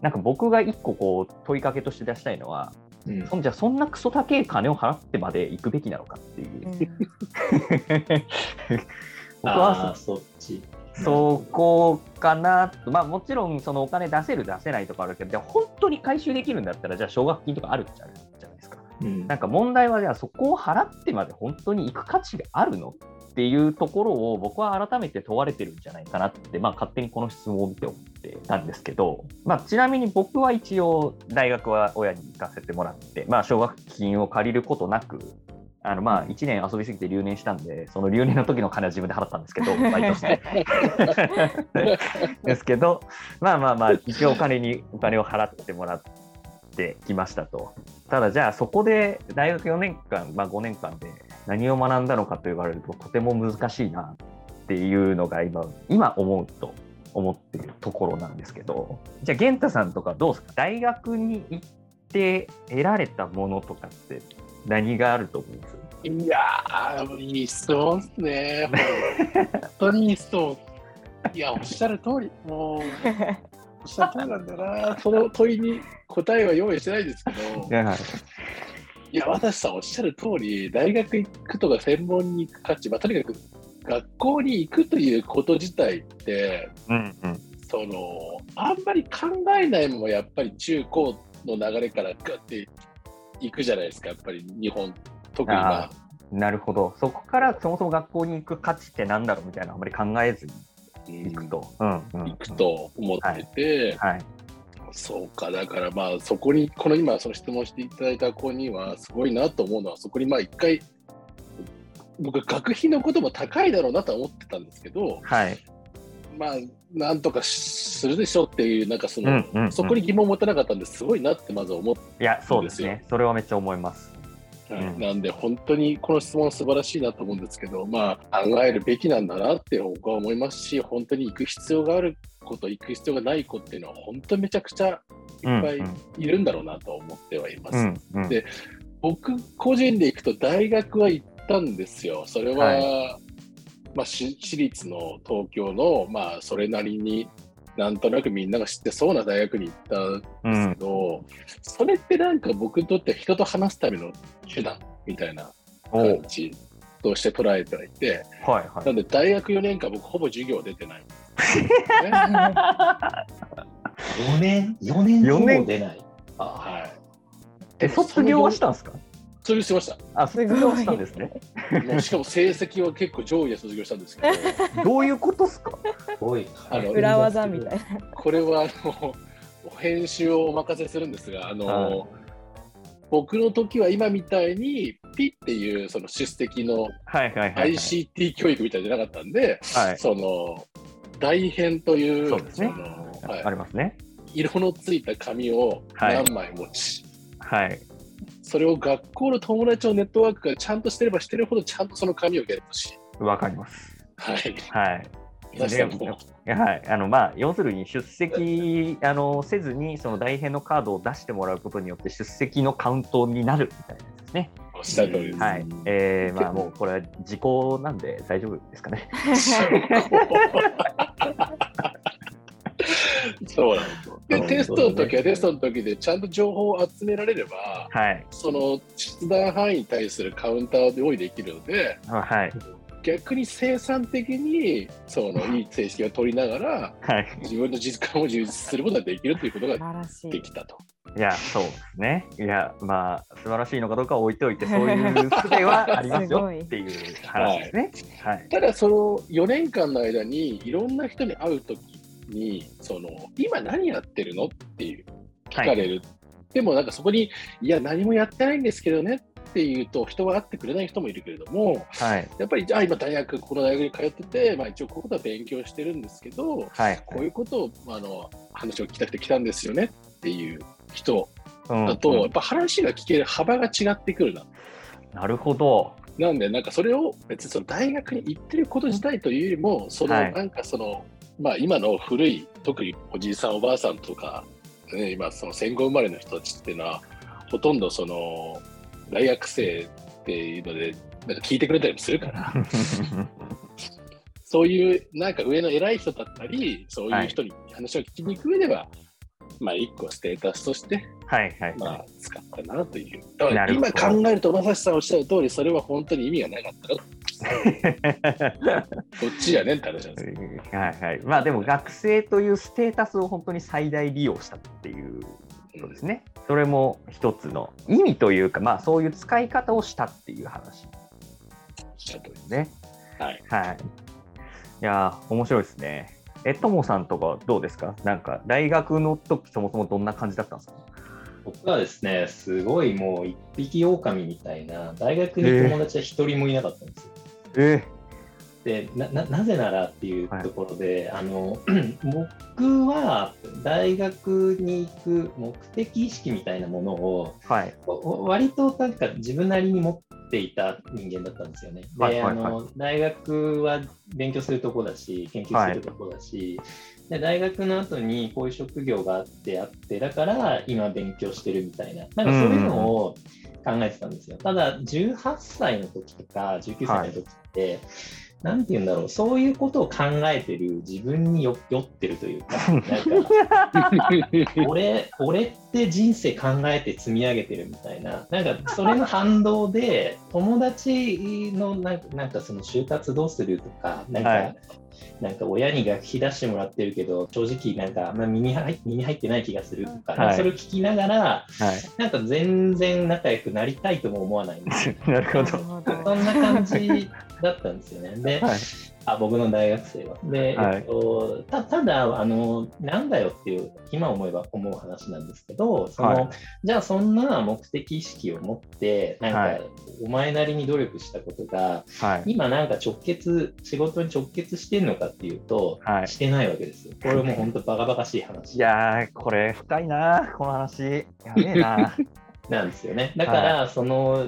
なんか僕が一個こう問いかけとして出したいのは、じゃあそんなクソ高い金を払ってまで行くべきなのかっていう。僕はそこかなと。まあもちろんそのお金出せる出せないとかあるけど、本当に回収できるんだったらじゃあ奨学金とかあるじゃないですか。なんか問題はじゃあそこを払ってまで本当に行く価値があるのっていうところを僕は改めて問われてるんじゃないかなって、まあ、勝手にこの質問を見て思ってたんですけど、まあ、ちなみに僕は一応大学は親に行かせてもらって、まあ、奨学金を借りることなくまあ1年遊びすぎて留年したんで、その留年の時の金は自分で払ったんですけど、バイトしてですけど、まあ一応お金を払ってもらってきましたと。ただじゃあそこで大学4年間、まあ、5年間で何を学んだのかと言われるととても難しいなっていうのが今思っているところなんですけど、じゃあ源太さんとかどうですか？大学に行って得られたものとかって何があると思うんですか？ いやー、いい質問ですね。本当にいい質問。いや、おっしゃる通り、もうおっしゃる通りなんだな。その問いに答えは用意してないですけど、いや、私さんおっしゃる通り、大学行くとか専門に行く価値、まあ、とにかく学校に行くということ自体って、あんまり考えないままやっぱり中高の流れからガッて行くじゃないですか、やっぱり日本、特にまあ。 なるほど。そこからそもそも学校に行く価値ってなんだろうみたいなのあんまり考えずに行くと、 行くと思ってて、そうか、だからまあそこにこの今その質問していただいた子にはすごいなと思うのは、そこにまあ一回僕学費のことも高いだろうなとは思ってたんですけど、まあなんとかするでしょっていう、なんかそこに疑問を持たなかったんですごいなってまず思ったんですよ。 いや、そうですね。それはめっちゃ思います。 なんで本当にこの質問素晴らしいなと思うんですけど、まあ考えるべきなんだなって僕は思いますし、本当に行く必要がある子と行く必要がない子っていうのは本当にめちゃくちゃいっぱいいるんだろうなと思ってはいます。で、僕個人で行くと大学は行ったんですよ。それは、まあ、私立の東京の、まあ、それなりになんとなくみんなが知ってそうな大学に行ったんですけど、それってなんか僕にとって人と話すための手段みたいな感じとして捉えてはいて、なんで大学4年間僕ほぼ授業出てないんですよ、 ね。4年ほぼ出ない。 卒業はしたんですか？ 卒業しました。 卒業したんですね。 もうしかも成績は結構上位で卒業したんですけど。 どういうことですか？ 裏技みたいな。 これは編集をお任せするんですが、僕の時は今みたいにピっていうその出席の ICT 教育みたいじゃなかったんで、その大編という、 ありますね。 色のついた紙を何枚持ち、それを学校の友達のネットワークがちゃんとしてればしてるほどちゃんとその紙をゲットし。 わかります。 まあ要するに出席せずにその大編のカードを出してもらうことによって出席のカウントになるみたいなやつですね。 おっしゃる通りです。 まあもうこれは時効なんで大丈夫ですかね。 そうなんですよ。で、テストの時はテストの時でちゃんと情報を集められれば、その出題範囲に対するカウンターで用意できるので、逆に生産的にそのいい成績を取りながら、自分の実感を充実することができるということができたと。 いや、そうですね。いや、まあ素晴らしいのかどうかは置いておいて、そういう術はありますよっていう話ですね。 ただその4年間の間にいろんな人に会うときに今何やってるのっていう聞かれる、でもなんかそこにいや何もやってないんですけどねっていうと人は会ってくれない人もいるけれども、やっぱり今この大学に通ってて、まあ、一応こういうことは勉強してるんですけど、こういうことを話を聞きたくて来たんですよねっていう人だと、やっぱ話が聞ける幅が違ってくるな。 なるほど。 なんでなんかそれを別にその大学に行ってること自体というよりもなんかまあ、今の古い特におじいさんおばあさんとか、今その戦後生まれの人たちっていうのはほとんどその大学生っていうのでなんか聞いてくれたりもするからそういうなんか上の偉い人だったりそういう人に話を聞きに行く上では、 まあ一個ステータスとして、 はいはい、 まあ使ったなという。だから今考えると正さんおっしゃる通り、それは本当に意味がなかったな。こっちやねんって話なんですよ。 はいはい。まあでも学生というステータスを本当に最大利用したっていうことですね。それも一つの意味というか、まあそういう使い方をしたっていう話ですね。はいはい。いや面白いですね。ともさんとかどうですか？なんか大学の時そもそもどんな感じだったんですか？ 僕はですね、すごいもう一匹狼みたいな、大学に友達は一人もいなかったんですよ。で なぜならっていうところで、はい、僕は大学に行く目的意識みたいなものを、はい、割となんか自分なりに持っていた人間だったんですよね。で、大学は勉強するとこだし、研究するとこだし、で大学の後にこういう職業があってだから今勉強してるみたいな、なんかそういうのを考えてたんですよ。ただ18歳の時とか19歳の時って、はい、なんて言うんだろう、そういうことを考えてる自分に酔ってるというか、なんか俺って人生考えて積み上げてるみたいな、なんかそれの反動で友達のなんかその就活どうするとか、なんか親に学費出してもらってるけど正直なんかあんま身に入ってない気がするとか、はい、それを聞きながら、はい、なんか全然仲良くなりたいとも思わないんですよ。 なるほど。 そんな感じだったんですよね。で、はい、僕の大学生は。で、はい、ただなんだよっていう今思えば思う話なんですけど、はい、じゃあそんな目的意識を持ってなんか、はい、お前なりに努力したことが、はい、今なんか仕事に直結してるのかっていうと、はい、してないわけですよ。これも本当バカバカしい話。 いやーこれ深いなこの話。やべえな。 なんですよね。だから、はい、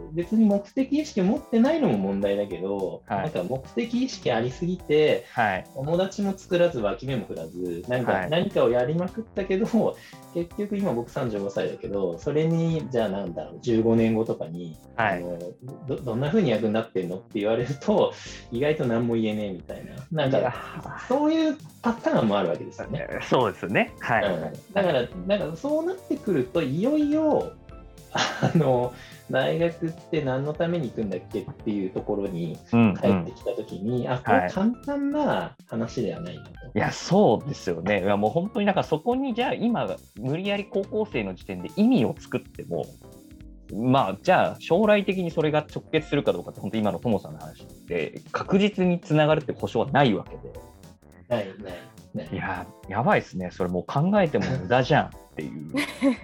別に目的意識を持ってないのも問題だけど、はい、なんか目的意識ありすぎて、はい、友達も作らず脇目も振らず、なんか何かをやりまくったけど、結局今僕35歳だけど、それにじゃあなんだろう15年後とかに、はい、どんな風に役になってんのって言われると意外と何も言えねえみたいな、なんかそういうパターンもあるわけですよね。 そうですね。はい。 だからそうなってくるといよいよ大学って何のために行くんだっけっていうところに帰ってきたときに、これ簡単な話ではないなと。 いや、そうですよね。いやもう本当になんかそこにじゃあ今無理やり高校生の時点で意味を作っても、まあじゃあ将来的にそれが直結するかどうかって本当に今のともさんの話って確実につながるって保証はないわけで。 ない。 いや、やばいですね。それもう考えても無駄じゃんっていう。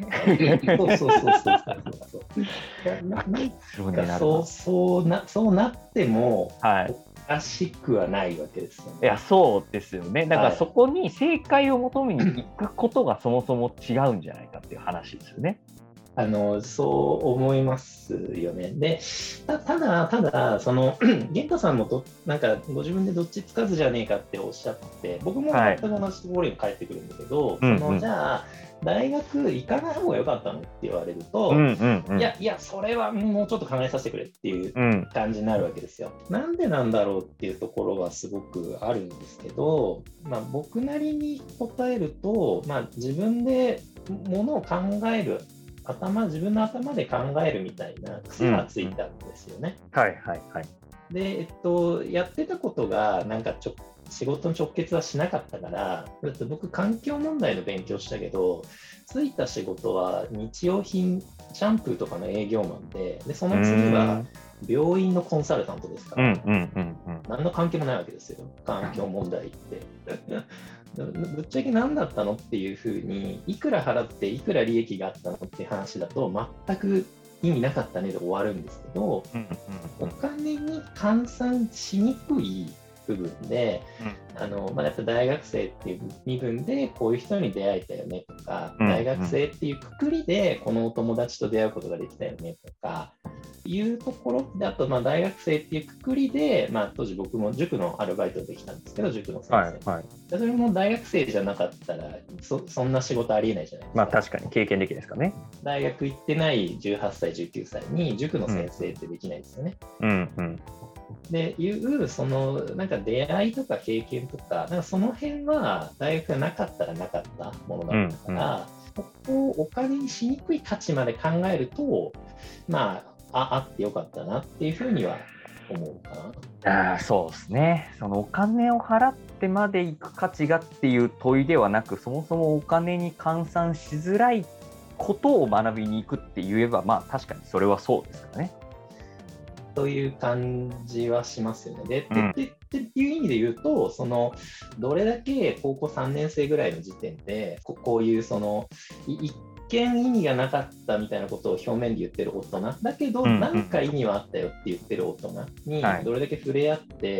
そうなっても、はい、おかしくはないわけですよね。 いや、そうですよね。だからそこに正解を求めに行くことがそもそも違うんじゃないかっていう話ですよね。 そう思いますよね。で、ただ、玄太さんもなんかご自分でどっちつかずじゃねえかっておっしゃって、僕も全く同じところに帰ってくるんだけど、じゃあ、大学行かない方が良かったのって言われると、いや、それはもうちょっと考えさせてくれっていう感じになるわけですよ。なんでなんだろうっていうところはすごくあるんですけど、僕なりに答えると、自分でものを考える自分の頭で考えるみたいな癖がついたんですよね。で、やってたことがなんか仕事の直結はしなかったから、僕環境問題の勉強したけど、ついた仕事は日用品シャンプーとかの営業マンで、その次は病院のコンサルタントですから、何の関係もないわけですよ、環境問題って。ぶっちゃけ何だったのっていうふうに、いくら払っていくら利益があったのって話だと全く意味なかったねで終わるんですけど、お金に換算しにくい部分で、やっぱ大学生っていう身分でこういう人に出会えたよねとか、大学生っていうくくりでこのお友達と出会うことができたよねとかいうところで、あと大学生っていうくくりで、当時僕も塾のアルバイトできたんですけど、塾の先生、それも大学生じゃなかったら そんな仕事ありえないじゃないですか。 確かに経験できないですかね。 大学行ってない18歳19歳に塾の先生ってできないですよね。 でいうそのなんか出会いとか経験とか、なんかその辺は大学がなかったらなかったものだったから、ここをお金にしにくい価値まで考えると、まあ、あってよかったなっていうふうには思うかな。 そうですね。そのお金を払ってまで行く価値がっていう問いではなく、そもそもお金に換算しづらいことを学びに行くって言えば、まあ確かにそれはそうですかね。 という感じはしますよね。っていう意味で言うと、そのどれだけ高校3年生ぐらいの時点でこういうその一見意味がなかったみたいなことを表面で言ってる大人だけど、なんか意味はあったよって言ってる大人にどれだけ触れ合って、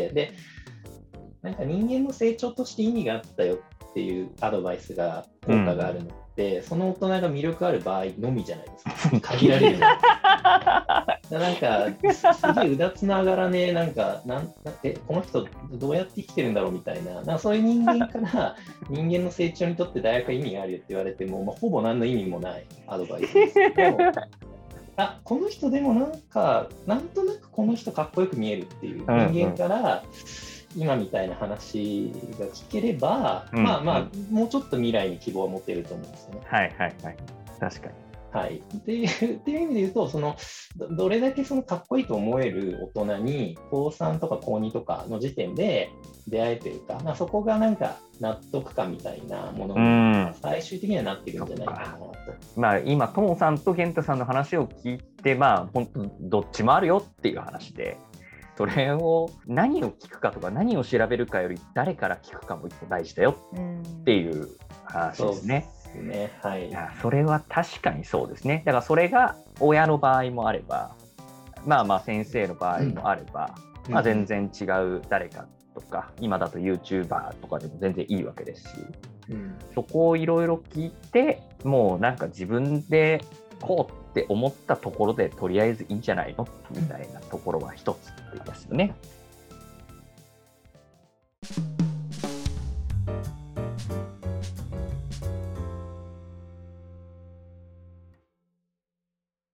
でなんか人間の成長として意味があったよっていうアドバイスが効果があるので、その大人が魅力ある場合のみじゃないですか。限られるのなんかすげえうだつながらね、なんかこの人どうやって生きてるんだろうみたいな、なんかそういう人間から人間の成長にとって大学は意味があるよって言われても、ほぼ何の意味もないアドバイスですけどこの人でもなんとなくこの人かっこよく見えるっていう人間から、今みたいな話が聞ければ、もうちょっと未来に希望を持てると思うんですよね。 はいはいはい。確かに。 はい、っていう意味で言うと、そのどれだけそのかっこいいと思える大人に高3とか高2とかの時点で出会えてるか、そこがなんか納得感みたいなものに最終的にはなっているんじゃないかなと。 今、ともさんと健太さんの話を聞いて、本当どっちもあるよっていう話で、それを何を聞くかとか何を調べるかより誰から聞くかも一個大事だよっていう話ですね。 はい、 いやそれは確かにそうですね。だからそれが親の場合もあれば、先生の場合もあれば、全然違う誰かとか、今だと YouTuber とかでも全然いいわけですし、そこをいろいろ聞いて、もうなんか自分でこうって思ったところでとりあえずいいんじゃないのみたいなところは一つですよね。